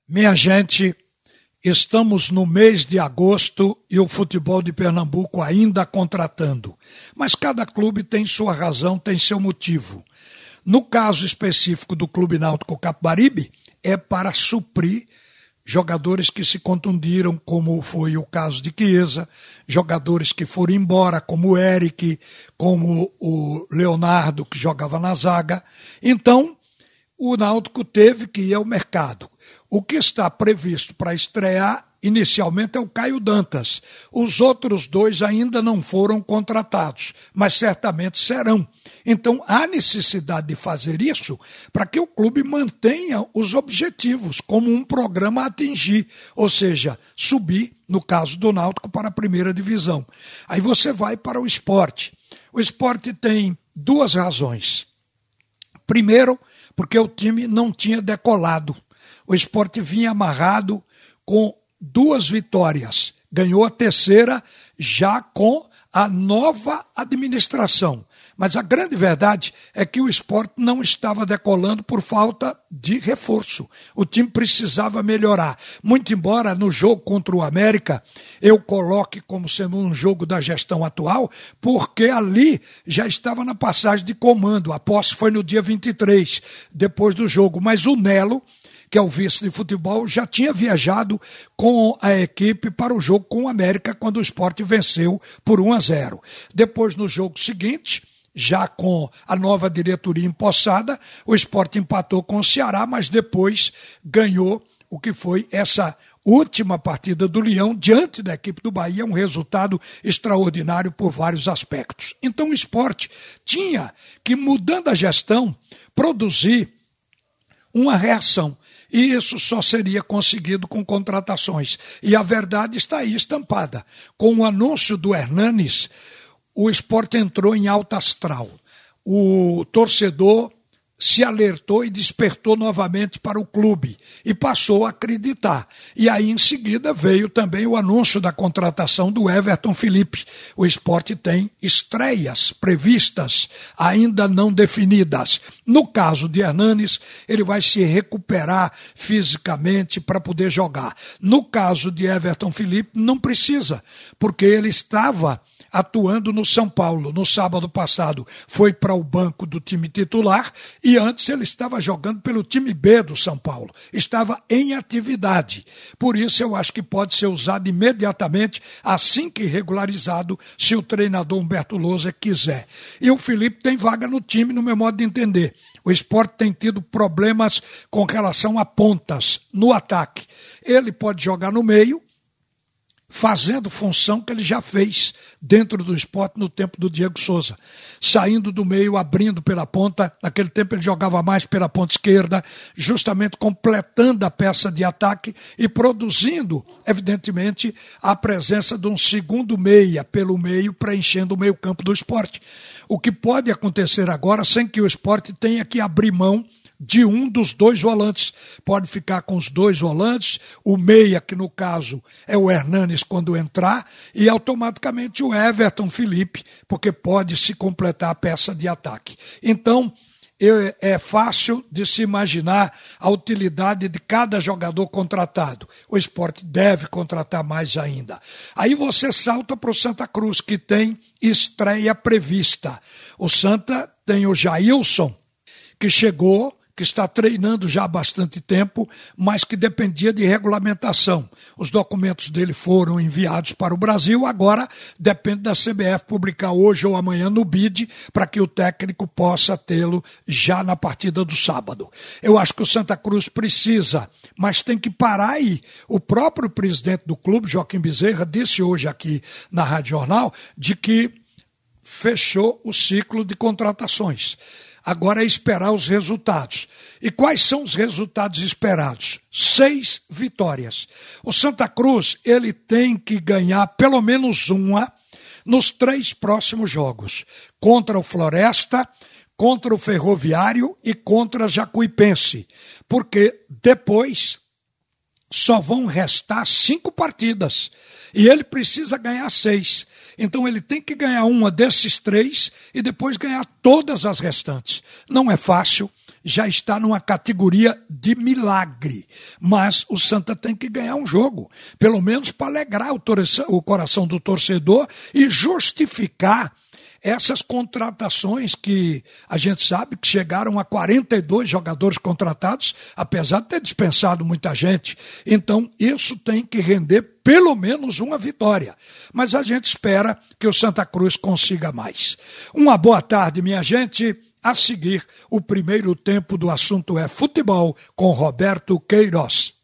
Minha gente, estamos no mês de agosto e o futebol de Pernambuco ainda contratando. Mas cada clube tem sua razão, tem seu motivo. No caso específico do Clube Náutico Capibaribe, é para suprir jogadores que se contundiram, como foi o caso de Chiesa, jogadores que foram embora, como o Eric, como o Leonardo, que jogava na zaga. Então, o Náutico teve que ir ao mercado. O que está previsto para estrear inicialmente é o Caio Dantas. Os outros dois ainda não foram contratados, mas certamente serão. Então, há necessidade de fazer isso para que o clube mantenha os objetivos como um programa a atingir, ou seja, subir, no caso do Náutico, para a primeira divisão. Aí você vai para o Sport. O Sport tem duas razões. Primeiro, porque o time não tinha decolado. O Sport vinha amarrado com 2 vitórias. Ganhou a terceira já com a nova administração. Mas a grande verdade é que o Sport não estava decolando por falta de reforço. O time precisava melhorar. Muito embora no jogo contra o América eu coloque como sendo um jogo da gestão atual, porque ali já estava na passagem de comando. A posse foi no dia 23, depois do jogo. Mas o Nelo, que é o vice de futebol, já tinha viajado com a equipe para o jogo com o América, quando o Sport venceu por 1-0. Depois, no jogo seguinte, já com a nova diretoria empossada, o Sport empatou com o Ceará, mas depois ganhou o que foi essa última partida do Leão diante da equipe do Bahia, um resultado extraordinário por vários aspectos. Então o Sport tinha que, mudando a gestão, produzir uma reação. E isso só seria conseguido com contratações. E a verdade está aí estampada. Com o anúncio do Hernanes, o Sport entrou em alta astral. O torcedor se alertou e despertou novamente para o clube e passou a acreditar. E aí, em seguida, veio também o anúncio da contratação do Everton Felipe. O Sport tem estreias previstas, ainda não definidas. No caso de Hernanes, ele vai se recuperar fisicamente para poder jogar. No caso de Everton Felipe, não precisa, porque ele estava atuando no São Paulo. No sábado passado foi para o banco do time titular e antes ele estava jogando pelo time B do São Paulo. Estava em atividade. Por isso eu acho que pode ser usado imediatamente, assim que regularizado, se o treinador Humberto Lousa quiser. E o Felipe tem vaga no time, no meu modo de entender. O Sport tem tido problemas com relação a pontas no ataque. Ele pode jogar no meio, fazendo função que ele já fez dentro do Sport no tempo do Diego Souza. Saindo do meio, abrindo pela ponta. Naquele tempo ele jogava mais pela ponta esquerda, justamente completando a peça de ataque e produzindo, evidentemente, a presença de um segundo meia pelo meio, preenchendo o meio campo do Sport. O que pode acontecer agora sem que o Sport tenha que abrir mão de um dos 2 volantes. Pode ficar com os 2 volantes, o meia, que no caso é o Hernanes quando entrar, e automaticamente o Everton Felipe, porque pode se completar a peça de ataque. Então, é fácil de se imaginar a utilidade de cada jogador contratado. O Sport deve contratar mais ainda. Aí você salta para o Santa Cruz, que tem estreia prevista. O Santa tem o Jailson, que chegou, que está treinando já há bastante tempo, mas que dependia de regulamentação. Os documentos dele foram enviados para o Brasil, agora depende da CBF publicar hoje ou amanhã no BID, para que o técnico possa tê-lo já na partida do sábado. Eu acho que o Santa Cruz precisa, mas tem que parar aí. O próprio presidente do clube, Joaquim Bezerra, disse hoje aqui na Rádio Jornal, de que fechou o ciclo de contratações. Agora é esperar os resultados. E quais são os resultados esperados? 6 vitórias. O Santa Cruz, ele tem que ganhar pelo menos uma nos 3 próximos jogos. Contra o Floresta, contra o Ferroviário e contra a Jacuipense. Porque depois só vão restar 5 partidas. E ele precisa ganhar 6. Então ele tem que ganhar uma desses 3 e depois ganhar todas as restantes. Não é fácil. já está numa categoria de milagre. Mas o Santa tem que ganhar um jogo, pelo menos para alegrar o coração do torcedor e justificar essas contratações que a gente sabe que chegaram a 42 jogadores contratados, apesar de ter dispensado muita gente. Então, isso tem que render pelo menos uma vitória. Mas a gente espera que o Santa Cruz consiga mais. Uma boa tarde, minha gente. A seguir, o primeiro tempo do Assunto é Futebol com Roberto Queiroz.